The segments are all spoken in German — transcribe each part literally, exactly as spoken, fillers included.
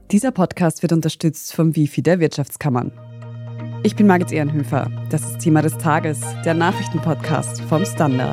Dieser Podcast wird unterstützt vom Wifi der Wirtschaftskammern. Ich bin Margit Ehrenhöfer. Das ist Thema des Tages, der Nachrichtenpodcast vom Standard.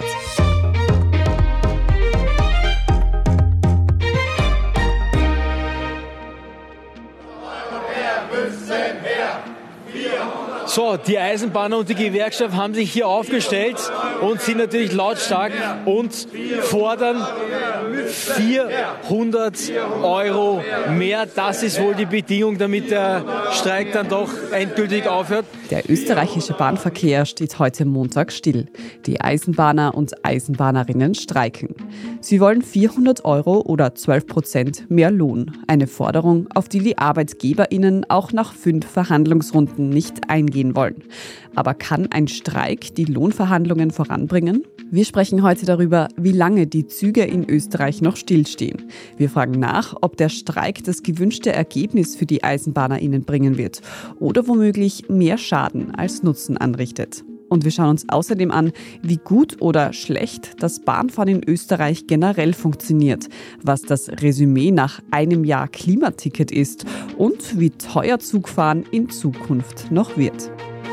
So, die Eisenbahner und die Gewerkschaft haben sich hier aufgestellt und sind natürlich lautstark und fordern vierhundert Euro mehr. Das ist wohl die Bedingung, damit der Streik dann doch endgültig aufhört. Der österreichische Bahnverkehr steht heute Montag still. Die Eisenbahner und Eisenbahnerinnen streiken. Sie wollen vierhundert Euro oder zwölf Prozent mehr Lohn. Eine Forderung, auf die die ArbeitgeberInnen auch nach fünf Verhandlungsrunden nicht eingehen wollen. Aber kann ein Streik die Lohnverhandlungen voranbringen? Wir sprechen heute darüber, wie lange die Züge in Österreich noch stillstehen. Wir fragen nach, ob der Streik das gewünschte Ergebnis für die EisenbahnerInnen bringen wird oder womöglich mehr Schaden als Nutzen anrichtet. Und wir schauen uns außerdem an, wie gut oder schlecht das Bahnfahren in Österreich generell funktioniert, was das Resümee nach einem Jahr Klimaticket ist und wie teuer Zugfahren in Zukunft noch wird.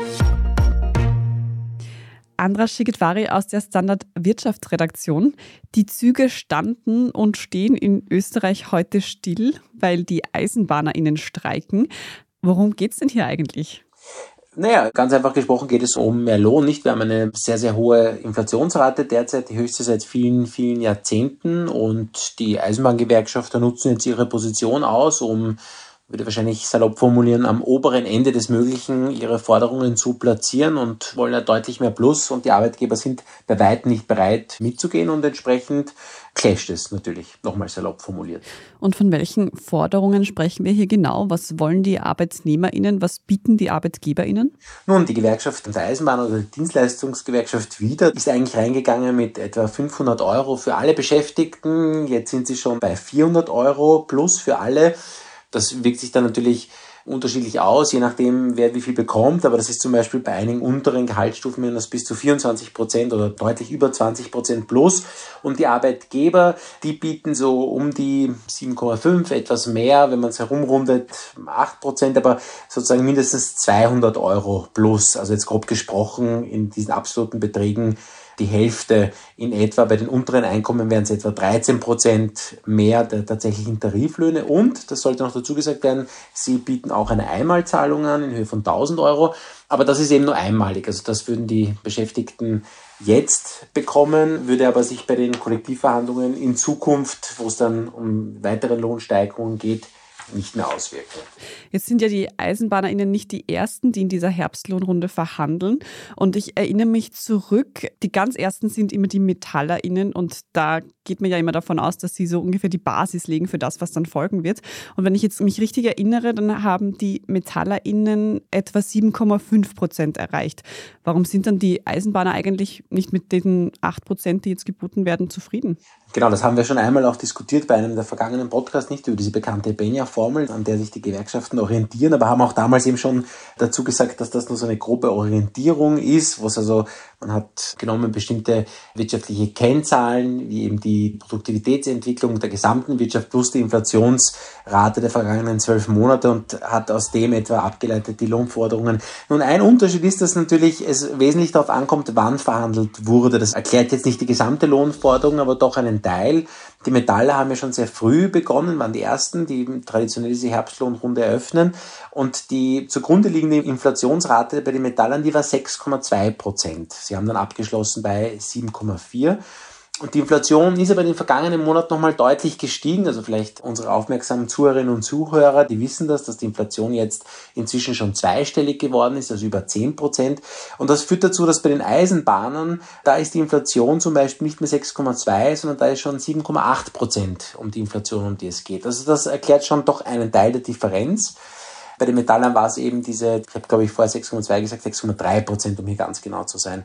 Andras Shigedwari aus der Standard Wirtschaftsredaktion. Die Züge standen und stehen in Österreich heute still, weil die EisenbahnerInnen streiken. Worum geht's denn hier eigentlich? Naja, ganz einfach gesprochen geht es um mehr Lohn, nicht? Wir haben eine sehr, sehr hohe Inflationsrate derzeit, die höchste seit vielen, vielen Jahrzehnten, und die Eisenbahngewerkschafter nutzen jetzt ihre Position aus, um, würde wahrscheinlich salopp formulieren, am oberen Ende des Möglichen ihre Forderungen zu platzieren und wollen ja deutlich mehr Plus, und die Arbeitgeber sind bei weitem nicht bereit mitzugehen, und entsprechend clasht es natürlich, nochmal salopp formuliert. Und von welchen Forderungen sprechen wir hier genau? Was wollen die ArbeitnehmerInnen? Was bieten die ArbeitgeberInnen? Nun, die Gewerkschaft der Eisenbahn oder die Dienstleistungsgewerkschaft wieder ist eigentlich reingegangen mit etwa fünfhundert Euro für alle Beschäftigten. Jetzt sind sie schon bei vierhundert Euro plus für alle. Das wirkt sich dann natürlich unterschiedlich aus, je nachdem, wer wie viel bekommt. Aber das ist zum Beispiel bei einigen unteren Gehaltsstufen das bis zu vierundzwanzig Prozent oder deutlich über zwanzig Prozent plus. Und die Arbeitgeber, die bieten so um die sieben Komma fünf, etwas mehr, wenn man es herumrundet, acht Prozent, aber sozusagen mindestens zweihundert Euro plus. Also jetzt grob gesprochen in diesen absoluten Beträgen die Hälfte in etwa. Bei den unteren Einkommen wären es etwa dreizehn Prozent mehr der tatsächlichen Tariflöhne. Und, das sollte noch dazu gesagt werden, sie bieten auch eine Einmalzahlung an in Höhe von tausend Euro. Aber das ist eben nur einmalig. Also das würden die Beschäftigten jetzt bekommen, würde aber sich bei den Kollektivverhandlungen in Zukunft, wo es dann um weitere Lohnsteigerungen geht, nicht mehr auswirken. Jetzt sind ja die EisenbahnerInnen nicht die Ersten, die in dieser Herbstlohnrunde verhandeln. Und ich erinnere mich zurück, die ganz Ersten sind immer die MetallerInnen, und da geht man ja immer davon aus, dass sie so ungefähr die Basis legen für das, was dann folgen wird. Und wenn ich jetzt mich richtig erinnere, dann haben die MetallerInnen etwa sieben Komma fünf Prozent erreicht. Warum sind dann die Eisenbahner eigentlich nicht mit den acht Prozent, die jetzt geboten werden, zufrieden? Genau, das haben wir schon einmal auch diskutiert bei einem der vergangenen Podcasts, nicht über diese bekannte Benja-Formel, an der sich die Gewerkschaften orientieren, aber haben auch damals eben schon dazu gesagt, dass das nur so eine grobe Orientierung ist, wo es also, man hat genommen bestimmte wirtschaftliche Kennzahlen, wie eben die Produktivitätsentwicklung der gesamten Wirtschaft plus die Inflationsrate der vergangenen zwölf Monate, und hat aus dem etwa abgeleitet die Lohnforderungen. Nun, ein Unterschied ist, dass natürlich es wesentlich darauf ankommt, wann verhandelt wurde. Das erklärt jetzt nicht die gesamte Lohnforderung, aber doch einen Teil. Die Metaller haben ja schon sehr früh begonnen, waren die Ersten, die traditionell diese Herbstlohnrunde eröffnen. Und die zugrunde liegende Inflationsrate bei den Metallern, die war sechs Komma zwei Prozent. Sie haben dann abgeschlossen bei sieben Komma vier. Und die Inflation ist aber in den vergangenen Monaten nochmal deutlich gestiegen. Also vielleicht unsere aufmerksamen Zuhörerinnen und Zuhörer, die wissen das, dass die Inflation jetzt inzwischen schon zweistellig geworden ist, also über zehn Prozent. Und das führt dazu, dass bei den Eisenbahnern, da ist die Inflation zum Beispiel nicht mehr sechs Komma zwei, sondern da ist schon sieben Komma acht Prozent um die Inflation, um die es geht. Also das erklärt schon doch einen Teil der Differenz. Bei den Metallern war es eben diese, ich habe glaube ich vorher sechs Komma zwei gesagt, sechs Komma drei Prozent, um hier ganz genau zu sein.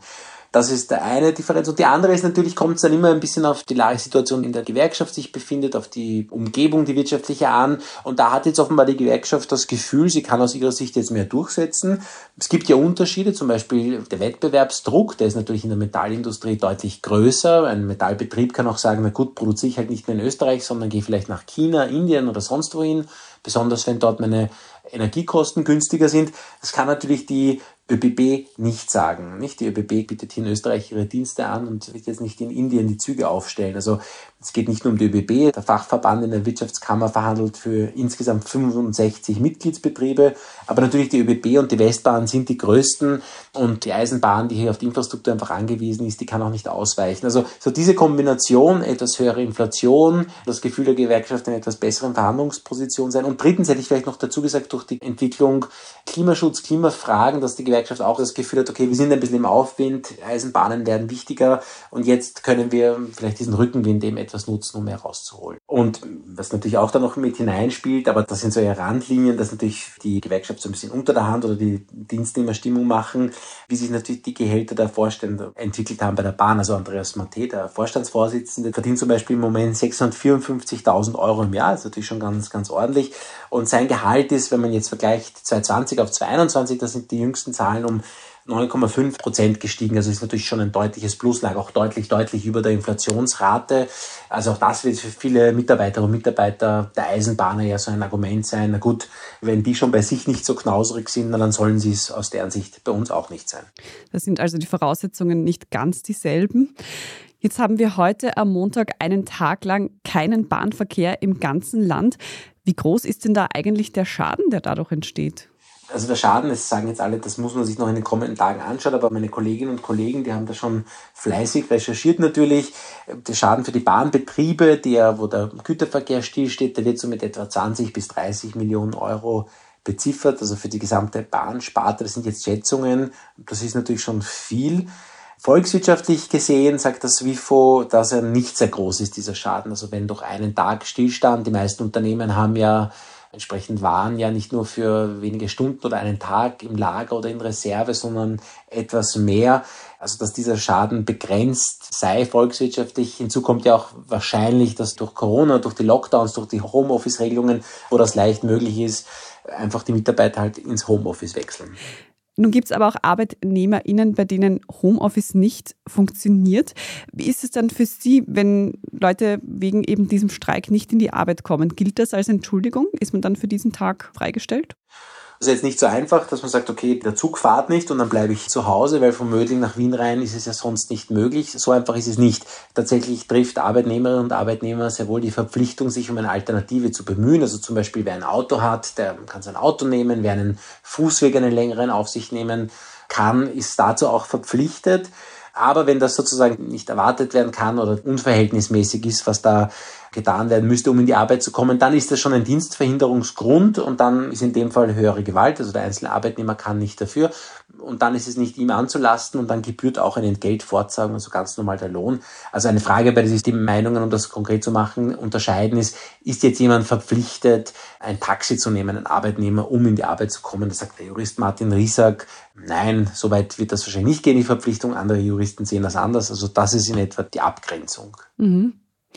Das ist der eine Differenz. Und die andere ist natürlich, kommt es dann immer ein bisschen auf die Lagesituation in der Gewerkschaft sich befindet, auf die Umgebung, die wirtschaftliche an. Und da hat jetzt offenbar die Gewerkschaft das Gefühl, sie kann aus ihrer Sicht jetzt mehr durchsetzen. Es gibt ja Unterschiede, zum Beispiel der Wettbewerbsdruck, der ist natürlich in der Metallindustrie deutlich größer. Ein Metallbetrieb kann auch sagen, na gut, produziere ich halt nicht mehr in Österreich, sondern gehe vielleicht nach China, Indien oder sonst wohin, besonders wenn dort meine Energiekosten günstiger sind. Das kann natürlich die ÖBB nicht sagen. Nicht? Die ÖBB bietet hier in Österreich ihre Dienste an und wird jetzt nicht in Indien die Züge aufstellen. Also es geht nicht nur um die ÖBB. Der Fachverband in der Wirtschaftskammer verhandelt für insgesamt fünfundsechzig Mitgliedsbetriebe. Aber natürlich die ÖBB und die Westbahn sind die größten und die Eisenbahn, die hier auf die Infrastruktur einfach angewiesen ist, die kann auch nicht ausweichen. Also so diese Kombination, etwas höhere Inflation, das Gefühl der Gewerkschaft in etwas besseren Verhandlungsposition sein. Und drittens hätte ich vielleicht noch dazu gesagt, durch die Entwicklung Klimaschutz, Klimafragen, dass die Gewerkschaft auch das Gefühl hat, okay, wir sind ein bisschen im Aufwind, Eisenbahnen werden wichtiger und jetzt können wir vielleicht diesen Rückenwind eben etwas nutzen, um mehr rauszuholen. Und was natürlich auch da noch mit hineinspielt, aber das sind so eher Randlinien, dass natürlich die Gewerkschaft so ein bisschen unter der Hand oder die Dienstnehmerstimmung machen, wie sich natürlich die Gehälter der Vorstände entwickelt haben bei der Bahn. Also Andreas Matte, der Vorstandsvorsitzende, verdient zum Beispiel im Moment sechshundertvierundfünfzigtausend Euro im Jahr, das ist natürlich schon ganz, ganz ordentlich. Und sein Gehalt ist, wenn man jetzt vergleicht zwanzig zwanzig auf zwanzig einundzwanzig, das sind die jüngsten Zahlen, um neun Komma fünf Prozent gestiegen. Also ist natürlich schon ein deutliches Plus, lag auch deutlich, deutlich über der Inflationsrate. Also auch das wird für viele Mitarbeiterinnen und Mitarbeiter der Eisenbahner ja so ein Argument sein. Na gut, wenn die schon bei sich nicht so knauserig sind, dann sollen sie es aus deren Sicht bei uns auch nicht sein. Das sind also die Voraussetzungen nicht ganz dieselben. Jetzt haben wir heute am Montag einen Tag lang keinen Bahnverkehr im ganzen Land. Wie groß ist denn da eigentlich der Schaden, der dadurch entsteht? Also der Schaden, das sagen jetzt alle, das muss man sich noch in den kommenden Tagen anschauen, aber meine Kolleginnen und Kollegen, die haben da schon fleißig recherchiert natürlich. Der Schaden für die Bahnbetriebe, der, wo der Güterverkehr stillsteht, der wird so mit etwa zwanzig bis dreißig Millionen Euro beziffert, also für die gesamte Bahnsparte. Das sind jetzt Schätzungen, das ist natürlich schon viel. Volkswirtschaftlich gesehen sagt das WIFO, dass er nicht sehr groß ist, dieser Schaden. Also wenn durch einen Tag Stillstand, die meisten Unternehmen haben ja entsprechend Waren ja nicht nur für wenige Stunden oder einen Tag im Lager oder in Reserve, sondern etwas mehr. Also dass dieser Schaden begrenzt sei volkswirtschaftlich. Hinzu kommt ja auch wahrscheinlich, dass durch Corona, durch die Lockdowns, durch die Homeoffice-Regelungen, wo das leicht möglich ist, einfach die Mitarbeiter halt ins Homeoffice wechseln. Nun gibt es aber auch ArbeitnehmerInnen, bei denen Homeoffice nicht funktioniert. Wie ist es dann für Sie, wenn Leute wegen eben diesem Streik nicht in die Arbeit kommen? Gilt das als Entschuldigung? Ist man dann für diesen Tag freigestellt? Das ist jetzt nicht so einfach, dass man sagt, okay, der Zug fährt nicht und dann bleibe ich zu Hause, weil von Mödling nach Wien rein ist es ja sonst nicht möglich. So einfach ist es nicht. Tatsächlich trifft Arbeitnehmerinnen und Arbeitnehmer sehr wohl die Verpflichtung, sich um eine Alternative zu bemühen. Also zum Beispiel, wer ein Auto hat, der kann sein Auto nehmen. Wer einen Fußweg, einen längeren auf sich nehmen kann, ist dazu auch verpflichtet. Aber wenn das sozusagen nicht erwartet werden kann oder unverhältnismäßig ist, was da getan werden müsste, um in die Arbeit zu kommen, dann ist das schon ein Dienstverhinderungsgrund und dann ist in dem Fall höhere Gewalt, also der einzelne Arbeitnehmer kann nicht dafür und dann ist es nicht ihm anzulasten und dann gebührt auch eine Entgeltfortzahlung, also ganz normal der Lohn. Also eine Frage, bei der sich die Meinungen, um das konkret zu machen, unterscheiden ist, ist jetzt jemand verpflichtet, ein Taxi zu nehmen, ein Arbeitnehmer, um in die Arbeit zu kommen? Da sagt der Jurist Martin Riesack, nein, soweit wird das wahrscheinlich nicht gehen, die Verpflichtung. Andere Juristen sehen das anders. Also das ist in etwa die Abgrenzung. Mhm.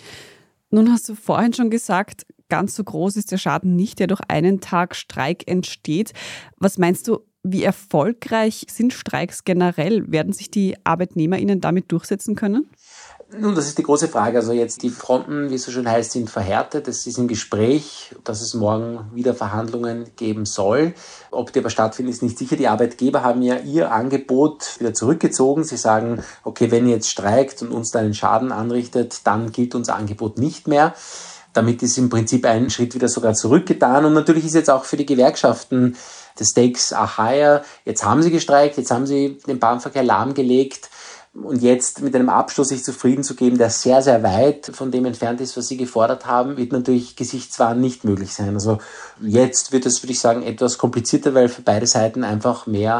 Nun hast du vorhin schon gesagt, ganz so groß ist der Schaden nicht, der durch einen Tag Streik entsteht. Was meinst du, wie erfolgreich sind Streiks generell? Werden sich die ArbeitnehmerInnen damit durchsetzen können? Nun, das ist die große Frage. Also jetzt die Fronten, wie es so schön heißt, sind verhärtet. Es ist im Gespräch, dass es morgen wieder Verhandlungen geben soll. Ob die aber stattfinden, ist nicht sicher. Die Arbeitgeber haben ja ihr Angebot wieder zurückgezogen. Sie sagen, okay, wenn ihr jetzt streikt und uns da einen Schaden anrichtet, dann gilt unser Angebot nicht mehr. Damit ist im Prinzip ein Schritt wieder sogar zurückgetan. Und natürlich ist jetzt auch für die Gewerkschaften the stakes are higher. Jetzt haben sie gestreikt, jetzt haben sie den Bahnverkehr lahmgelegt. Und jetzt mit einem Abschluss sich zufrieden zu geben, der sehr, sehr weit von dem entfernt ist, was Sie gefordert haben, wird natürlich gesichtswahrend nicht möglich sein. Also jetzt wird es, würde ich sagen, etwas komplizierter, weil für beide Seiten einfach mehr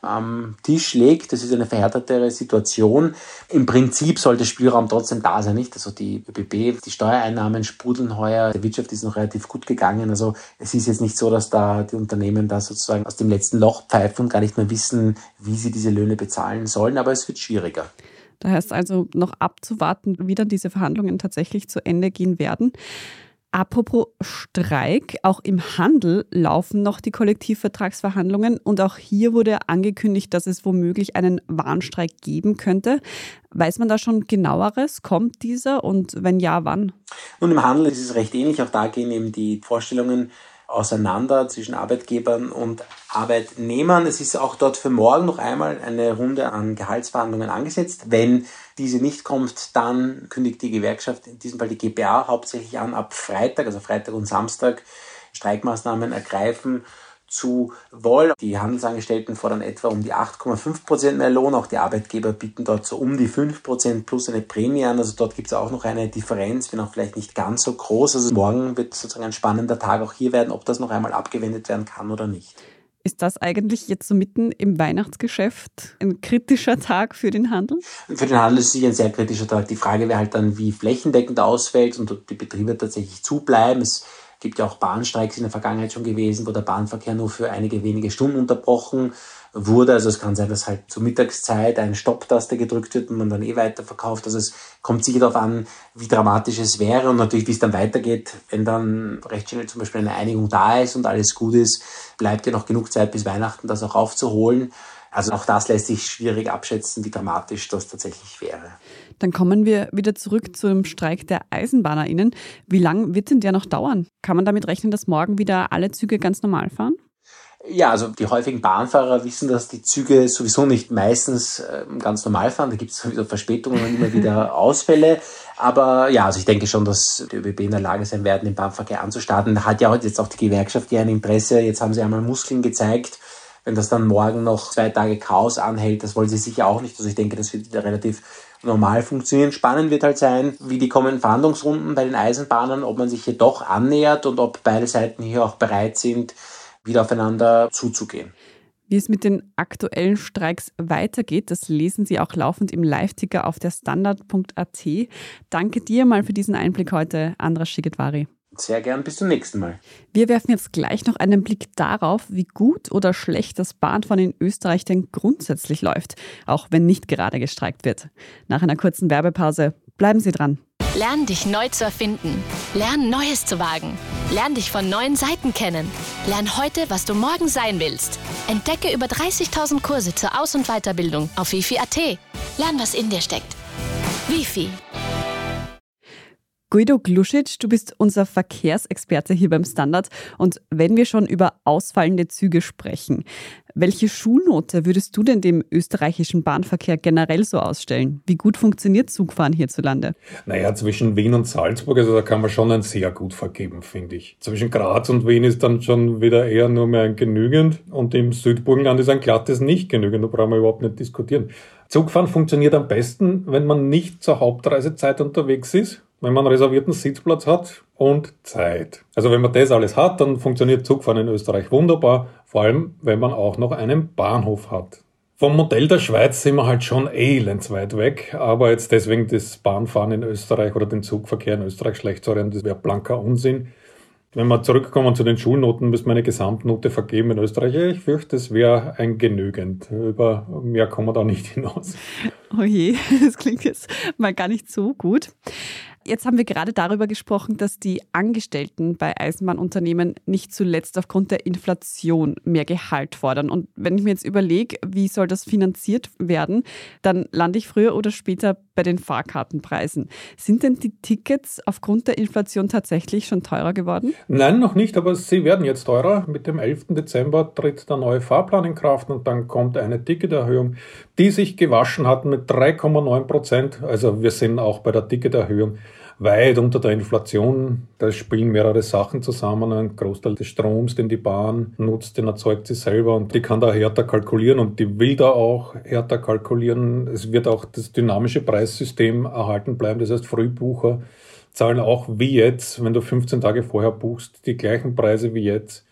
am Tisch legt. Das ist eine verhärtetere Situation. Im Prinzip sollte Spielraum trotzdem da sein, nicht? Also die ÖBB, die Steuereinnahmen sprudeln heuer, der Wirtschaft ist noch relativ gut gegangen. Also es ist jetzt nicht so, dass da die Unternehmen da sozusagen aus dem letzten Loch pfeifen und gar nicht mehr wissen, wie sie diese Löhne bezahlen sollen, aber es wird schwieriger. Da heißt also noch abzuwarten, wie dann diese Verhandlungen tatsächlich zu Ende gehen werden. Apropos Streik, auch im Handel laufen noch die Kollektivvertragsverhandlungen und auch hier wurde angekündigt, dass es womöglich einen Warnstreik geben könnte. Weiß man da schon genaueres? Kommt dieser und wenn ja, wann? Nun, im Handel ist es recht ähnlich. Auch da gehen eben die Vorstellungen auseinander zwischen Arbeitgebern und Arbeitnehmern. Es ist auch dort für morgen noch einmal eine Runde an Gehaltsverhandlungen angesetzt. Wenn diese nicht kommt, dann kündigt die Gewerkschaft, in diesem Fall die G B A, hauptsächlich an, ab Freitag, also Freitag und Samstag, Streikmaßnahmen ergreifen zu wollen. Die Handelsangestellten fordern etwa um die acht Komma fünf Prozent mehr Lohn. Auch die Arbeitgeber bieten dort so um die fünf Prozent plus eine Prämie an. Also dort gibt es auch noch eine Differenz, wenn auch vielleicht nicht ganz so groß. Also morgen wird sozusagen ein spannender Tag auch hier werden, ob das noch einmal abgewendet werden kann oder nicht. Ist das eigentlich jetzt so mitten im Weihnachtsgeschäft ein kritischer Tag für den Handel? Für den Handel ist es sicher ein sehr kritischer Tag. Die Frage wäre halt dann, wie flächendeckend ausfällt und ob die Betriebe tatsächlich zubleiben. Es gibt ja auch Bahnstreiks in der Vergangenheit schon gewesen, wo der Bahnverkehr nur für einige wenige Stunden unterbrochen wurde. Also es kann sein, dass halt zur Mittagszeit eine Stopptaste gedrückt wird und man dann eh weiterverkauft. Also es kommt sicher darauf an, wie dramatisch es wäre und natürlich, wie es dann weitergeht. Wenn dann recht schnell zum Beispiel eine Einigung da ist und alles gut ist, bleibt ja noch genug Zeit bis Weihnachten, das auch aufzuholen. Also auch das lässt sich schwierig abschätzen, wie dramatisch das tatsächlich wäre. Dann kommen wir wieder zurück zum Streik der EisenbahnerInnen. Wie lange wird denn der noch dauern? Kann man damit rechnen, dass morgen wieder alle Züge ganz normal fahren? Ja, also die häufigen Bahnfahrer wissen, dass die Züge sowieso nicht meistens äh, ganz normal fahren. Da gibt es sowieso Verspätungen und immer wieder Ausfälle. Aber ja, also ich denke schon, dass die ÖBB in der Lage sein werden, den Bahnverkehr anzustarten. Da hat ja heute jetzt auch die Gewerkschaft ja ein Interesse. Jetzt haben sie einmal Muskeln gezeigt. Wenn das dann morgen noch zwei Tage Chaos anhält, das wollen sie sicher auch nicht. Also ich denke, das wird wieder relativ normal funktionieren. Spannend wird halt sein, wie die kommenden Verhandlungsrunden bei den Eisenbahnern, ob man sich hier doch annähert und ob beide Seiten hier auch bereit sind, wieder aufeinander zuzugehen. Wie es mit den aktuellen Streiks weitergeht, das lesen Sie auch laufend im Live-Ticker auf der Standard punkt a t. Danke dir mal für diesen Einblick heute, Andras Shigedwari. Sehr gern, bis zum nächsten Mal. Wir werfen jetzt gleich noch einen Blick darauf, wie gut oder schlecht das Bahnfahren in Österreich denn grundsätzlich läuft, auch wenn nicht gerade gestreikt wird. Nach einer kurzen Werbepause bleiben Sie dran. Lern dich neu zu erfinden. Lern Neues zu wagen. Lern dich von neuen Seiten kennen. Lern heute, was du morgen sein willst. Entdecke über dreißigtausend Kurse zur Aus- und Weiterbildung auf wifi punkt a t. Lern, was in dir steckt. Wifi. Guido Glušić, du bist unser Verkehrsexperte hier beim Standard. Und wenn wir schon über ausfallende Züge sprechen, welche Schulnote würdest du denn dem österreichischen Bahnverkehr generell so ausstellen? Wie gut funktioniert Zugfahren hierzulande? Naja, zwischen Wien und Salzburg, also da kann man schon ein sehr gut vergeben, finde ich. Zwischen Graz und Wien ist dann schon wieder eher nur mehr ein genügend und im Südburgenland ist ein glattes nicht genügend, da brauchen wir überhaupt nicht diskutieren. Zugfahren funktioniert am besten, wenn man nicht zur Hauptreisezeit unterwegs ist, wenn man einen reservierten Sitzplatz hat und Zeit. Also wenn man das alles hat, dann funktioniert Zugfahren in Österreich wunderbar, vor allem wenn man auch noch einen Bahnhof hat. Vom Modell der Schweiz sind wir halt schon elendsweit weg, aber jetzt deswegen das Bahnfahren in Österreich oder den Zugverkehr in Österreich schlecht zu reden, das wäre blanker Unsinn. Wenn wir zurückkommen zu den Schulnoten, müssen wir eine Gesamtnote vergeben in Österreich. Ich fürchte, das wäre ein genügend. Über mehr kommen wir da nicht hinaus. Oh je, das klingt jetzt mal gar nicht so gut. Jetzt haben wir gerade darüber gesprochen, dass die Angestellten bei Eisenbahnunternehmen nicht zuletzt aufgrund der Inflation mehr Gehalt fordern. Und wenn ich mir jetzt überlege, wie soll das finanziert werden, dann lande ich früher oder später bei den Fahrkartenpreisen. Sind denn die Tickets aufgrund der Inflation tatsächlich schon teurer geworden? Nein, noch nicht, aber sie werden jetzt teurer. Mit dem elften Dezember tritt der neue Fahrplan in Kraft und dann kommt eine Ticketerhöhung, die sich gewaschen hat mit drei Komma neun Prozent. Also wir sind auch bei der Ticketerhöhung weit unter der Inflation. Da spielen mehrere Sachen zusammen. Ein Großteil des Stroms, den die Bahn nutzt, den erzeugt sie selber und die kann da härter kalkulieren und die will da auch härter kalkulieren. Es wird auch das dynamische Preissystem erhalten bleiben. Das heißt, Frühbucher zahlen auch wie jetzt, wenn du fünfzehn Tage vorher buchst, die gleichen Preise wie jetzt.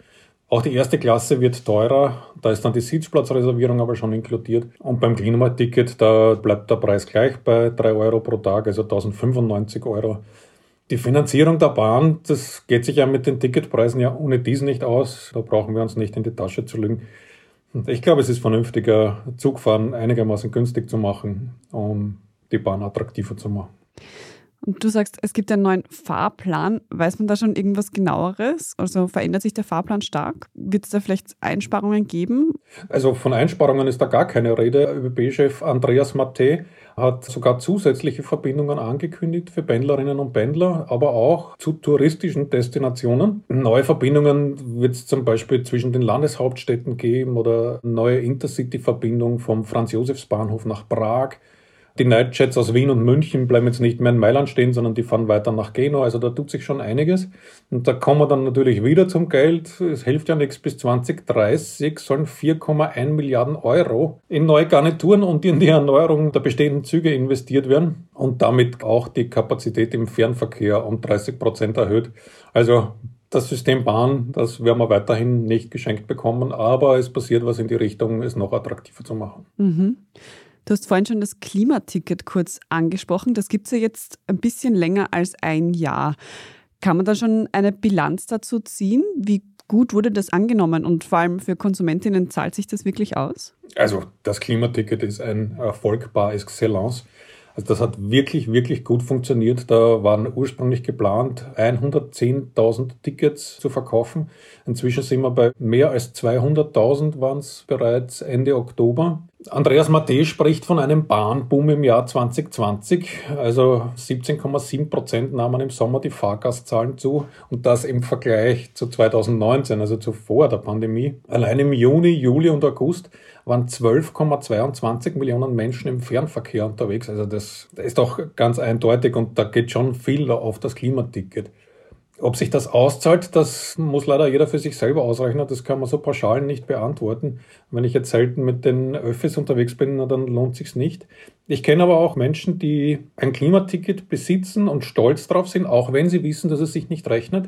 Auch die erste Klasse wird teurer, da ist dann die Sitzplatzreservierung aber schon inkludiert. Und beim Klimatik-Ticket, da bleibt der Preis gleich bei drei Euro pro Tag, also tausendfünfundneunzig Euro. Die Finanzierung der Bahn, das geht sich ja mit den Ticketpreisen ja ohne dies nicht aus. Da brauchen wir uns nicht in die Tasche zu lügen. Ich glaube, es ist vernünftiger, Zugfahren einigermaßen günstig zu machen, um die Bahn attraktiver zu machen. Und du sagst, es gibt einen neuen Fahrplan. Weiß man da schon irgendwas Genaueres? Also verändert sich der Fahrplan stark? Wird es da vielleicht Einsparungen geben? Also von Einsparungen ist da gar keine Rede. ÖBB-Chef Andreas Mattei hat sogar zusätzliche Verbindungen angekündigt für Pendlerinnen und Pendler, aber auch zu touristischen Destinationen. Neue Verbindungen wird es zum Beispiel zwischen den Landeshauptstädten geben oder neue Intercity-Verbindung vom Franz-Josefs-Bahnhof nach Prag. Die Nightjets aus Wien und München bleiben jetzt nicht mehr in Mailand stehen, sondern die fahren weiter nach Genua. Also da tut sich schon einiges. Und da kommen wir dann natürlich wieder zum Geld. Es hilft ja nichts. Bis zwanzig dreißig sollen vier Komma eins Milliarden Euro in neue Garnituren und in die Erneuerung der bestehenden Züge investiert werden. Und damit auch die Kapazität im Fernverkehr um dreißig Prozent erhöht. Also das System Bahn, das werden wir weiterhin nicht geschenkt bekommen. Aber es passiert was in die Richtung, es noch attraktiver zu machen. Mhm. Du hast vorhin schon das Klimaticket kurz angesprochen. Das gibt es ja jetzt ein bisschen länger als ein Jahr. Kann man da schon eine Bilanz dazu ziehen? Wie gut wurde das angenommen und vor allem für Konsumentinnen zahlt sich das wirklich aus? Also das Klimaticket ist ein Erfolg par excellence. Also das hat wirklich, wirklich gut funktioniert. Da waren ursprünglich geplant, hundertzehntausend Tickets zu verkaufen. Inzwischen sind wir bei mehr als zweihunderttausend, waren es bereits Ende Oktober. Andreas Mattei spricht von einem Bahnboom im Jahr zwanzig zwanzig. Also siebzehn Komma sieben Prozent nahmen im Sommer die Fahrgastzahlen zu. Und das im Vergleich zu zweitausendneunzehn, also zuvor der Pandemie. Allein im Juni, Juli und August waren zwölf Komma zweiundzwanzig Millionen Menschen im Fernverkehr unterwegs. Also das, das ist doch ganz eindeutig und da geht schon viel auf das Klimaticket. Ob sich das auszahlt, das muss leider jeder für sich selber ausrechnen. Das kann man so pauschal nicht beantworten. Wenn ich jetzt selten mit den Öffis unterwegs bin, dann lohnt sich's nicht. Ich kenne aber auch Menschen, die ein Klimaticket besitzen und stolz drauf sind, auch wenn sie wissen, dass es sich nicht rechnet.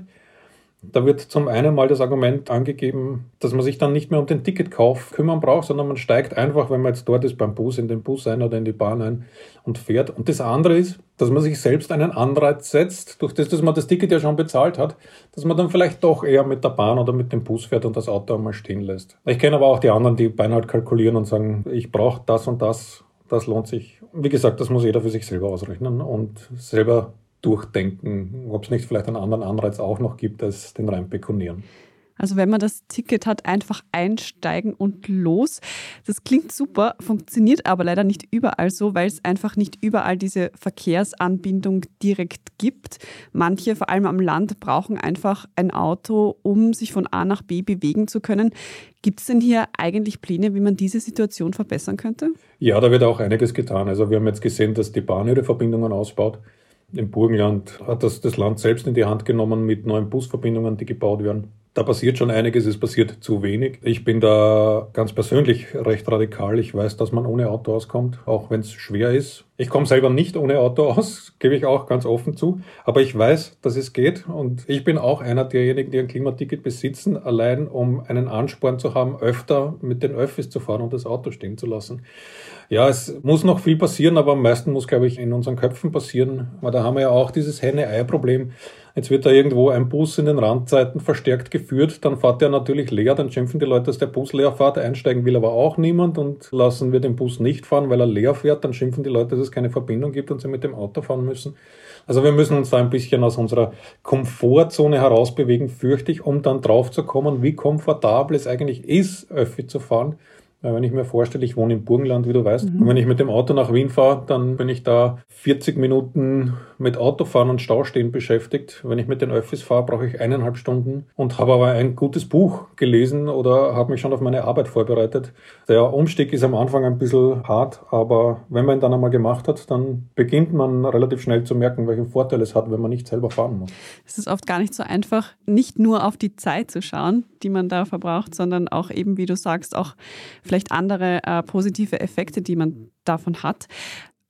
Da wird zum einen mal das Argument angegeben, dass man sich dann nicht mehr um den Ticketkauf kümmern braucht, sondern man steigt einfach, wenn man jetzt dort ist, beim Bus, in den Bus ein oder in die Bahn ein und fährt. Und das andere ist, dass man sich selbst einen Anreiz setzt, durch das, dass man das Ticket ja schon bezahlt hat, dass man dann vielleicht doch eher mit der Bahn oder mit dem Bus fährt und das Auto einmal stehen lässt. Ich kenne aber auch die anderen, die beinahe kalkulieren und sagen, ich brauche das und das, das lohnt sich. Wie gesagt, das muss jeder für sich selber ausrechnen und selber durchdenken, ob es nicht vielleicht einen anderen Anreiz auch noch gibt als den rein pekuniären. Also wenn man das Ticket hat, einfach einsteigen und los. Das klingt super, funktioniert aber leider nicht überall so, weil es einfach nicht überall diese Verkehrsanbindung direkt gibt. Manche, vor allem am Land, brauchen einfach ein Auto, um sich von A nach B bewegen zu können. Gibt es denn hier eigentlich Pläne, wie man diese Situation verbessern könnte? Ja, da wird auch einiges getan. Also wir haben jetzt gesehen, dass die Bahn ihre Verbindungen ausbaut. Im Burgenland hat das das Land selbst in die Hand genommen mit neuen Busverbindungen, die gebaut werden. Da passiert schon einiges, es passiert zu wenig. Ich bin da ganz persönlich recht radikal. Ich weiß, dass man ohne Auto auskommt, auch wenn es schwer ist. Ich komme selber nicht ohne Auto aus, gebe ich auch ganz offen zu. Aber ich weiß, dass es geht und ich bin auch einer derjenigen, die ein Klimaticket besitzen, allein um einen Ansporn zu haben, öfter mit den Öffis zu fahren und das Auto stehen zu lassen. Ja, es muss noch viel passieren, aber am meisten muss, glaube ich, in unseren Köpfen passieren. Weil da haben wir ja auch dieses Henne-Ei-Problem. Jetzt wird da irgendwo ein Bus in den Randzeiten verstärkt geführt, dann fährt der natürlich leer, dann schimpfen die Leute, dass der Bus leer fährt, einsteigen will aber auch niemand und lassen wir den Bus nicht fahren, weil er leer fährt, dann schimpfen die Leute, dass es keine Verbindung gibt und sie mit dem Auto fahren müssen. Also wir müssen uns da ein bisschen aus unserer Komfortzone herausbewegen, fürchte ich, um dann drauf zu kommen, wie komfortabel es eigentlich ist, Öffi zu fahren. Weil wenn ich mir vorstelle, ich wohne im Burgenland, wie du weißt, mhm. und wenn ich mit dem Auto nach Wien fahre, dann bin ich da vierzig Minuten mit Autofahren und Staustehen beschäftigt. Wenn ich mit den Öffis fahre, brauche ich eineinhalb Stunden und habe aber ein gutes Buch gelesen oder habe mich schon auf meine Arbeit vorbereitet. Der Umstieg ist am Anfang ein bisschen hart, aber wenn man ihn dann einmal gemacht hat, dann beginnt man relativ schnell zu merken, welchen Vorteil es hat, wenn man nicht selber fahren muss. Es ist oft gar nicht so einfach, nicht nur auf die Zeit zu schauen, die man da verbraucht, sondern auch eben, wie du sagst, auch vielleicht andere äh, positive Effekte, die man davon hat.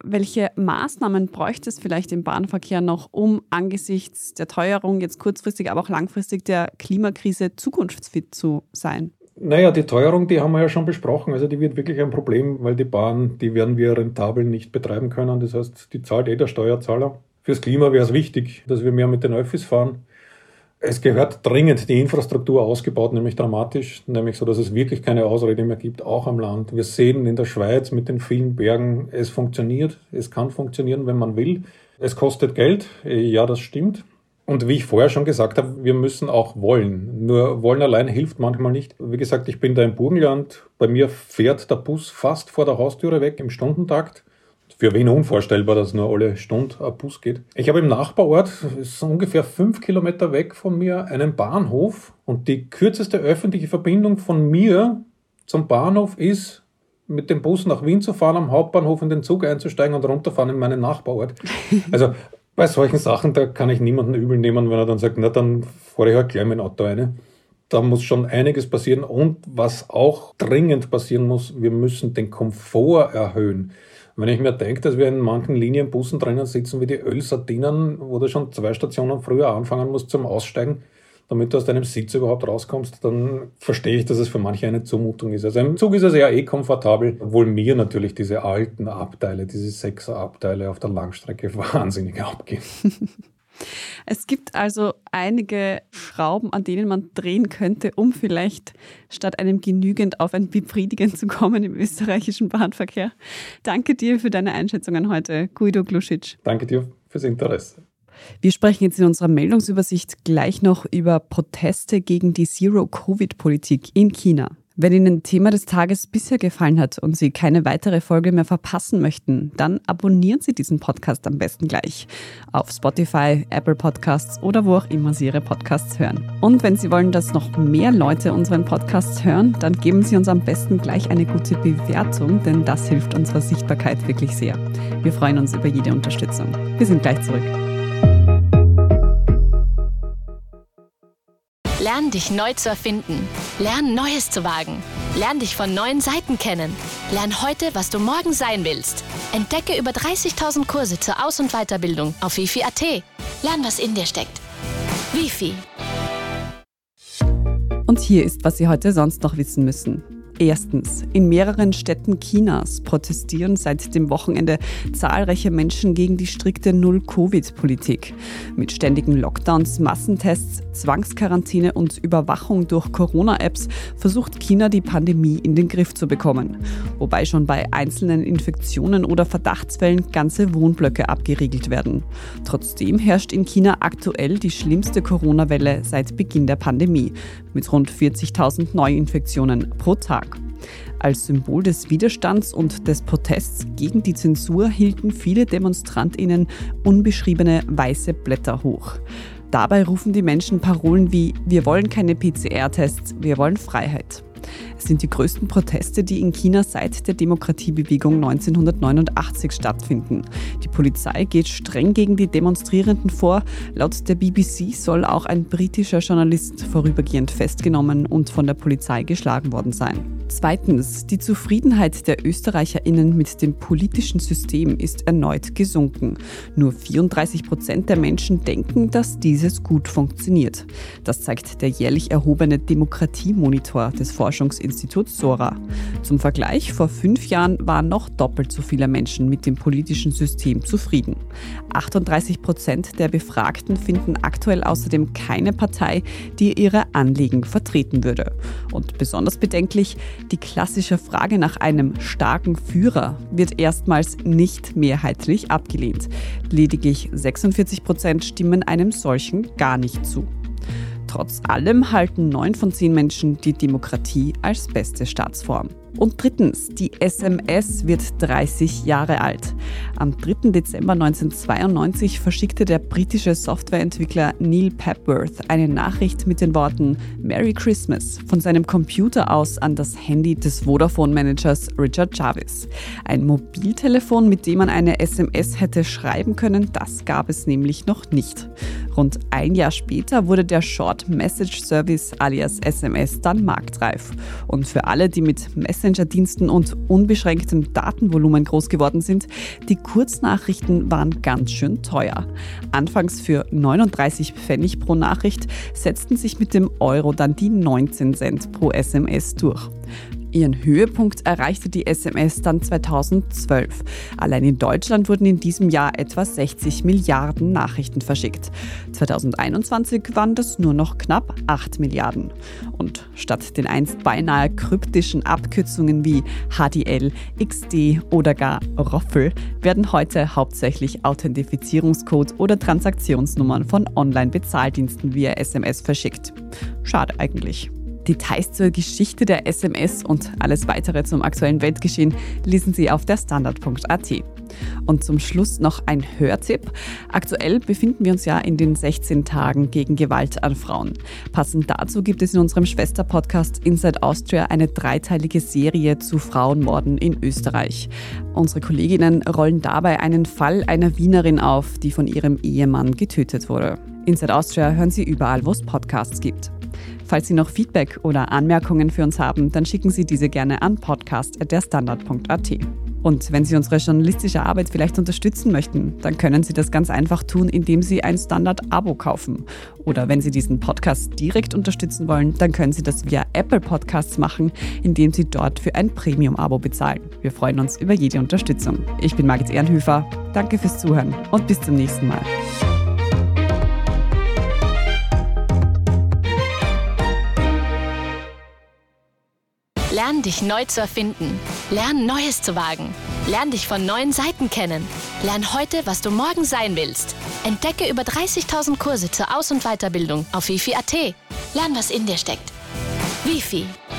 welche Maßnahmen bräuchte es vielleicht im Bahnverkehr noch, um angesichts der Teuerung jetzt kurzfristig, aber auch langfristig der Klimakrise zukunftsfit zu sein? Naja, die Teuerung, die haben wir ja schon besprochen. Also die wird wirklich ein Problem, weil die Bahn, die werden wir rentabel nicht betreiben können. Das heißt, die zahlt eh der Steuerzahler. Fürs Klima wäre es wichtig, dass wir mehr mit den Öffis fahren. Es gehört dringend die Infrastruktur ausgebaut, nämlich dramatisch, nämlich so, dass es wirklich keine Ausrede mehr gibt, auch am Land. Wir sehen in der Schweiz mit den vielen Bergen, es funktioniert, es kann funktionieren, wenn man will. Es kostet Geld, ja, das stimmt. Und wie ich vorher schon gesagt habe, wir müssen auch wollen. Nur wollen allein hilft manchmal nicht. Wie gesagt, ich bin da im Burgenland, bei mir fährt der Bus fast vor der Haustüre weg im Stundentakt. Für Wien unvorstellbar, dass nur alle Stunde ein Bus geht. Ich habe im Nachbarort, ist ungefähr fünf Kilometer weg von mir, einen Bahnhof. Und die kürzeste öffentliche Verbindung von mir zum Bahnhof ist, mit dem Bus nach Wien zu fahren, am Hauptbahnhof in den Zug einzusteigen und runterfahren in meinen Nachbarort. Also bei solchen Sachen, da kann ich niemanden übel nehmen, wenn er dann sagt, na dann fahre ich halt gleich mein Auto rein. Da muss schon einiges passieren. Und was auch dringend passieren muss, wir müssen den Komfort erhöhen. Wenn ich mir denke, dass wir in manchen Linienbussen drinnen sitzen wie die Ölsardinen, wo du schon zwei Stationen früher anfangen musst zum Aussteigen, damit du aus deinem Sitz überhaupt rauskommst, dann verstehe ich, dass es für manche eine Zumutung ist. Also im Zug ist es ja eh komfortabel, obwohl mir natürlich diese alten Abteile, diese Sechser-Abteile auf der Langstrecke wahnsinnig abgehen. Es gibt also einige Schrauben, an denen man drehen könnte, um vielleicht statt einem Genügend auf ein Befriedigend zu kommen im österreichischen Bahnverkehr. Danke dir für deine Einschätzungen heute, Guido Glušić. Danke dir fürs Interesse. Wir sprechen jetzt in unserer Meldungsübersicht gleich noch über Proteste gegen die Zero-Covid-Politik in China. Wenn Ihnen Thema des Tages bisher gefallen hat und Sie keine weitere Folge mehr verpassen möchten, dann abonnieren Sie diesen Podcast am besten gleich auf Spotify, Apple Podcasts oder wo auch immer Sie Ihre Podcasts hören. Und wenn Sie wollen, dass noch mehr Leute unseren Podcast hören, dann geben Sie uns am besten gleich eine gute Bewertung, denn das hilft unserer Sichtbarkeit wirklich sehr. Wir freuen uns über jede Unterstützung. Wir sind gleich zurück. Lern dich neu zu erfinden. Lern Neues zu wagen. Lern dich von neuen Seiten kennen. Lern heute, was du morgen sein willst. Entdecke über dreißigtausend Kurse zur Aus- und Weiterbildung auf wifi punkt at. Lern, was in dir steckt. Wifi. Und hier ist, was Sie heute sonst noch wissen müssen. Erstens. In mehreren Städten Chinas protestieren seit dem Wochenende zahlreiche Menschen gegen die strikte Null-Covid-Politik. Mit ständigen Lockdowns, Massentests, Zwangsquarantäne und Überwachung durch Corona-Apps versucht China, die Pandemie in den Griff zu bekommen. Wobei schon bei einzelnen Infektionen oder Verdachtsfällen ganze Wohnblöcke abgeriegelt werden. Trotzdem herrscht in China aktuell die schlimmste Corona-Welle seit Beginn der Pandemie mit rund vierzigtausend Neuinfektionen pro Tag. Als Symbol des Widerstands und des Protests gegen die Zensur hielten viele DemonstrantInnen unbeschriebene weiße Blätter hoch. Dabei rufen die Menschen Parolen wie „Wir wollen keine P C R-Tests, wir wollen Freiheit". Es sind die größten Proteste, die in China seit der Demokratiebewegung neunzehnhundertneunundachtzig stattfinden. Die Polizei geht streng gegen die Demonstrierenden vor. Laut der B B C soll auch ein britischer Journalist vorübergehend festgenommen und von der Polizei geschlagen worden sein. Zweitens, die Zufriedenheit der ÖsterreicherInnen mit dem politischen System ist erneut gesunken. Nur vierunddreißig Prozent der Menschen denken, dass dieses gut funktioniert. Das zeigt der jährlich erhobene Demokratiemonitor des Forschungsinstituts Sora. Zum Vergleich, vor fünf Jahren waren noch doppelt so viele Menschen mit dem politischen System zufrieden. achtunddreißig Prozent der Befragten finden aktuell außerdem keine Partei, die ihre Anliegen vertreten würde. Und besonders bedenklich, die klassische Frage nach einem starken Führer wird erstmals nicht mehrheitlich abgelehnt. Lediglich sechsundvierzig Prozent stimmen einem solchen gar nicht zu. Trotz allem halten neun von zehn Menschen die Demokratie als beste Staatsform. Und drittens, die S M S wird dreißig Jahre alt. Am dritten Dezember neunzehnhundertzweiundneunzig verschickte der britische Softwareentwickler Neil Papworth eine Nachricht mit den Worten „Merry Christmas" von seinem Computer aus an das Handy des Vodafone-Managers Richard Jarvis. Ein Mobiltelefon, mit dem man eine S M S hätte schreiben können, das gab es nämlich noch nicht. Rund ein Jahr später wurde der Short Message Service alias S M S dann marktreif. Und für alle, die mit Message Messenger-Diensten und unbeschränktem Datenvolumen groß geworden sind, die Kurznachrichten waren ganz schön teuer. Anfangs für neununddreißig Pfennig pro Nachricht setzten sich mit dem Euro dann die neunzehn Cent pro S M S durch. Ihren Höhepunkt erreichte die S M S dann zweitausendzwölf. Allein in Deutschland wurden in diesem Jahr etwa sechzig Milliarden Nachrichten verschickt. zweitausendeinundzwanzig waren das nur noch knapp acht Milliarden. Und statt den einst beinahe kryptischen Abkürzungen wie H D L, X D oder gar Roffel werden heute hauptsächlich Authentifizierungscode oder Transaktionsnummern von Online-Bezahldiensten via S M S verschickt. Schade eigentlich. Details zur Geschichte der S M S und alles weitere zum aktuellen Weltgeschehen lesen Sie auf der Standard punkt a t. Und zum Schluss noch ein Hörtipp. Aktuell befinden wir uns ja in den sechzehn Tagen gegen Gewalt an Frauen. Passend dazu gibt es in unserem Schwester-Podcast Inside Austria eine dreiteilige Serie zu Frauenmorden in Österreich. Unsere Kolleginnen rollen dabei einen Fall einer Wienerin auf, die von ihrem Ehemann getötet wurde. Inside Austria hören Sie überall, wo es Podcasts gibt. Falls Sie noch Feedback oder Anmerkungen für uns haben, dann schicken Sie diese gerne an podcast at der standard punkt a t. Und wenn Sie unsere journalistische Arbeit vielleicht unterstützen möchten, dann können Sie das ganz einfach tun, indem Sie ein Standard-Abo kaufen. Oder wenn Sie diesen Podcast direkt unterstützen wollen, dann können Sie das via Apple Podcasts machen, indem Sie dort für ein Premium-Abo bezahlen. Wir freuen uns über jede Unterstützung. Ich bin Margit Ehrenhöfer, danke fürs Zuhören und bis zum nächsten Mal. Lern dich neu zu erfinden. Lern Neues zu wagen. Lern dich von neuen Seiten kennen. Lern heute, was du morgen sein willst. Entdecke über dreißigtausend Kurse zur Aus- und Weiterbildung auf wifi punkt a t. Lern, was in dir steckt. Wifi.